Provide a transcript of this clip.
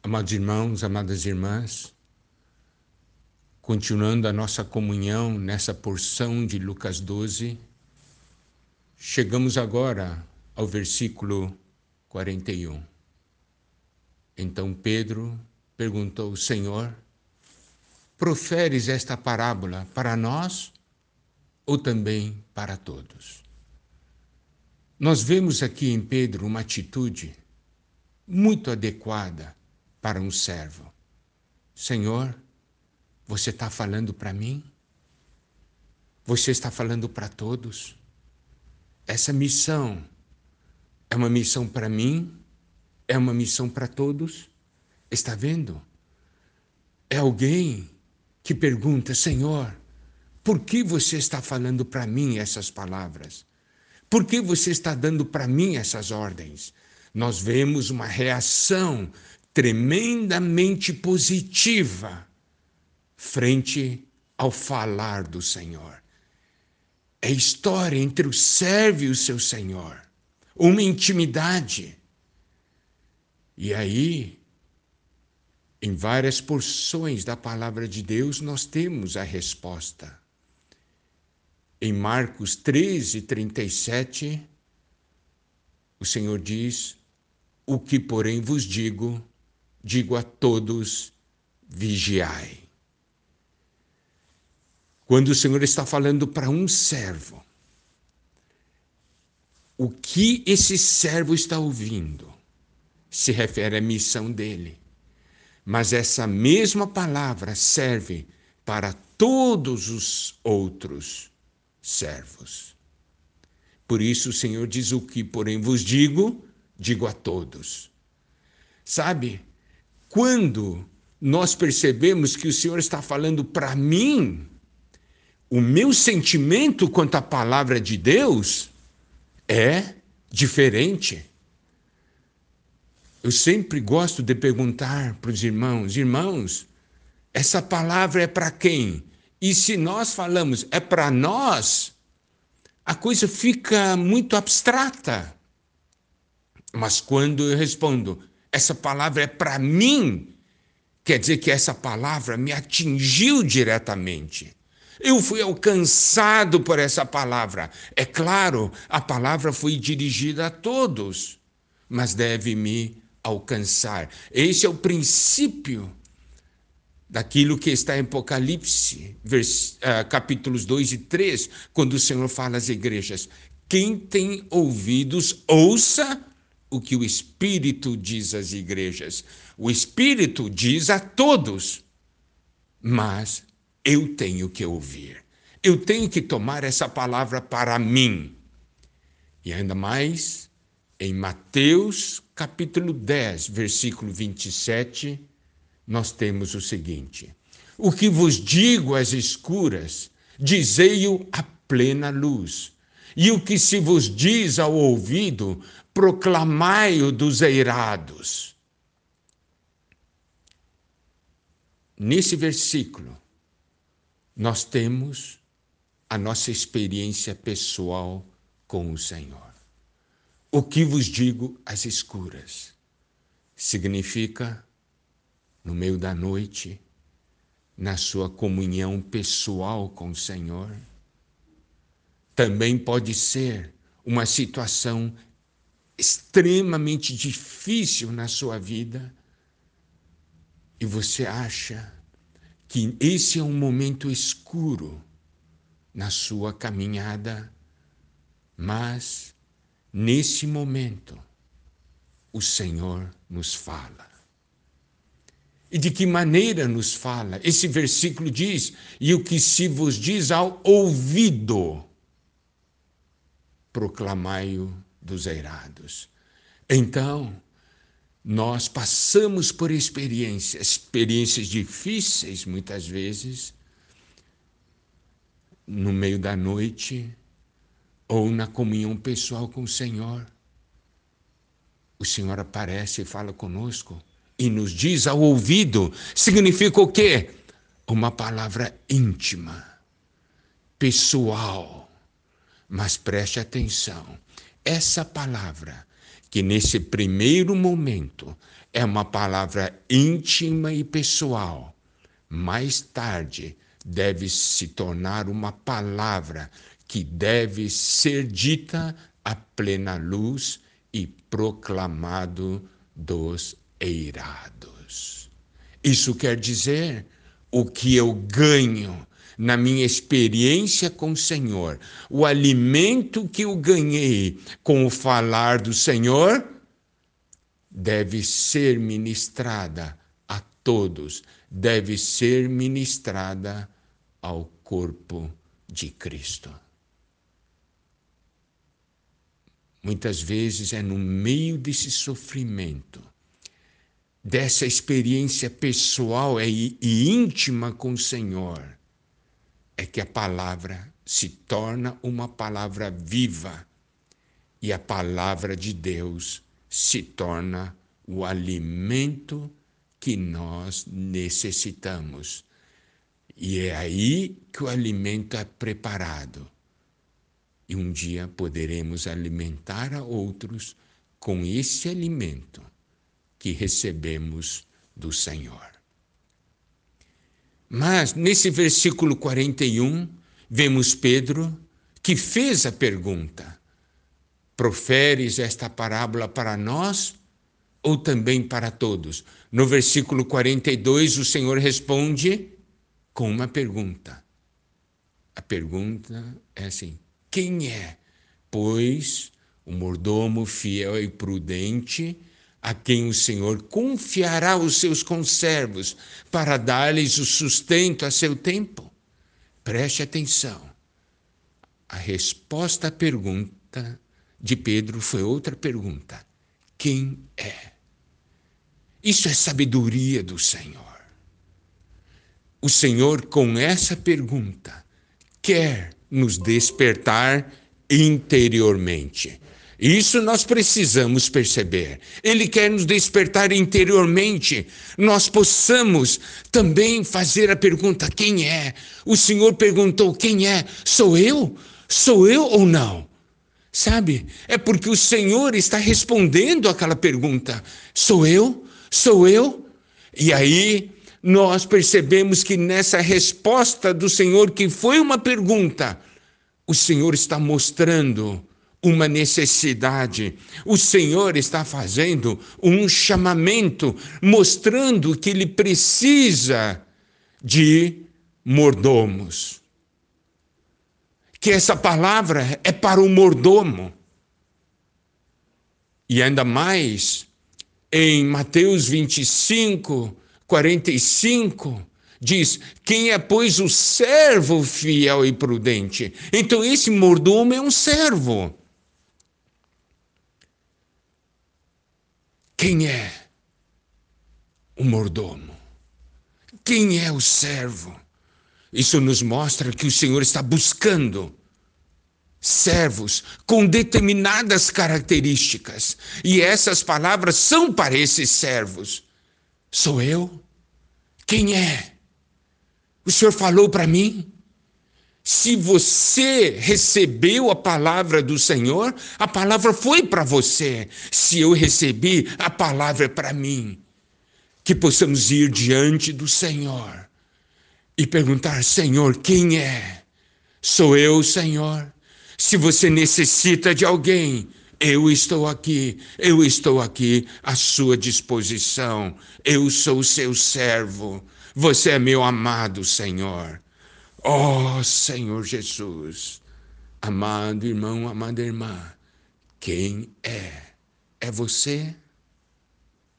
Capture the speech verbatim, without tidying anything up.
Amados irmãos, amadas irmãs, continuando a nossa comunhão nessa porção de Lucas doze, chegamos agora ao versículo quarenta e um. Então Pedro perguntou: Senhor, proferes esta parábola para nós ou também para todos? Nós vemos aqui em Pedro uma atitude muito adequada para um servo. Senhor, você está falando para mim? Você está falando para todos? Essa missão é uma missão para mim? É uma missão para todos? Está vendo? É alguém que pergunta: Senhor, por que você está falando para mim essas palavras? Por que você está dando para mim essas ordens? Nós vemos uma reação tremendamente positiva frente ao falar do Senhor. É história entre o servo e o seu Senhor, uma intimidade. E aí, em várias porções da palavra de Deus, nós temos a resposta. Em Marcos treze, trinta e sete, o Senhor diz: o que, porém, vos digo, digo a todos, vigiai. Quando o Senhor está falando para um servo, o que esse servo está ouvindo se refere à missão dele. Mas essa mesma palavra serve para todos os outros servos. Por isso o Senhor diz: o que, porém, vos digo, digo a todos. Sabe, quando nós percebemos que o Senhor está falando para mim, o meu sentimento quanto à palavra de Deus é diferente. Eu sempre gosto de perguntar para os irmãos: irmãos, essa palavra é para quem? E se nós falamos é para nós, a coisa fica muito abstrata. Mas quando eu respondo, essa palavra é para mim, quer dizer que essa palavra me atingiu diretamente. Eu fui alcançado por essa palavra. É claro, a palavra foi dirigida a todos, mas deve me alcançar. Esse é o princípio daquilo que está em Apocalipse, vers, uh, capítulos dois e três, quando o Senhor fala às igrejas: quem tem ouvidos, ouça o que o Espírito diz às igrejas. O Espírito diz a todos, mas eu tenho que ouvir. Eu tenho que tomar essa palavra para mim. E ainda mais, em Mateus, capítulo dez, versículo vinte e sete, nós temos o seguinte: o que vos digo às escuras, dizei-o à plena luz. E o que se vos diz ao ouvido, proclamai-o dos eirados. Nesse versículo, nós temos a nossa experiência pessoal com o Senhor. O que vos digo às escuras significa no meio da noite, na sua comunhão pessoal com o Senhor. Também pode ser uma situação extremamente difícil na sua vida e você acha que esse é um momento escuro na sua caminhada, mas nesse momento o Senhor nos fala. E de que maneira nos fala? Esse versículo diz: e o que se vos diz ao ouvido, proclamai-o dos eirados. Então, nós passamos por experiências, experiências difíceis muitas vezes, no meio da noite, ou na comunhão pessoal com o Senhor. O Senhor aparece e fala conosco e nos diz ao ouvido. Significa o quê? Uma palavra íntima, pessoal. Mas preste atenção, essa palavra, que nesse primeiro momento é uma palavra íntima e pessoal. Mais tarde, deve se tornar uma palavra que deve ser dita à plena luz e proclamado dos eirados. Isso quer dizer, o que eu ganho na minha experiência com o Senhor, o alimento que eu ganhei com o falar do Senhor, deve ser ministrada a todos, deve ser ministrada ao corpo de Cristo. Muitas vezes é no meio desse sofrimento, dessa experiência pessoal e íntima com o Senhor, é que a palavra se torna uma palavra viva e a palavra de Deus se torna o alimento que nós necessitamos. E é aí que o alimento é preparado. E um dia poderemos alimentar a outros com esse alimento que recebemos do Senhor. Mas, nesse versículo quarenta e um, vemos Pedro que fez a pergunta: proferes esta parábola para nós ou também para todos? No versículo quarenta e dois, o Senhor responde com uma pergunta. A pergunta é assim: quem é, pois, o mordomo fiel e prudente, a quem o Senhor confiará os seus conservos para dar-lhes o sustento a seu tempo? Preste atenção. A resposta à pergunta de Pedro foi outra pergunta: quem é? Isso é sabedoria do Senhor. O Senhor, com essa pergunta, quer nos despertar interiormente. Isso nós precisamos perceber. Ele quer nos despertar interiormente. Nós possamos também fazer a pergunta: quem é? O Senhor perguntou: quem é? Sou eu? Sou eu ou não? Sabe? É porque o Senhor está respondendo aquela pergunta: sou eu? Sou eu? E aí nós percebemos que nessa resposta do Senhor, que foi uma pergunta, o Senhor está mostrando uma necessidade. O Senhor está fazendo um chamamento, mostrando que Ele precisa de mordomos. Que essa palavra é para o mordomo. E ainda mais, em Mateus vinte e cinco, quarenta e cinco, diz: quem é, pois, o servo fiel e prudente? Então esse mordomo é um servo. Quem é o mordomo? Quem é o servo? Isso nos mostra que o Senhor está buscando servos com determinadas características. E essas palavras são para esses servos. Sou eu? Quem é? O Senhor falou para mim? Se você recebeu a palavra do Senhor, a palavra foi para você. Se eu recebi, a palavra é para mim. Que possamos ir diante do Senhor e perguntar: Senhor, quem é? Sou eu, Senhor? Se você necessita de alguém, eu estou aqui, eu estou aqui à sua disposição. Eu sou o seu servo. Você é meu amado, Senhor. Oh, Senhor Jesus, amado irmão, amada irmã, quem é? É você?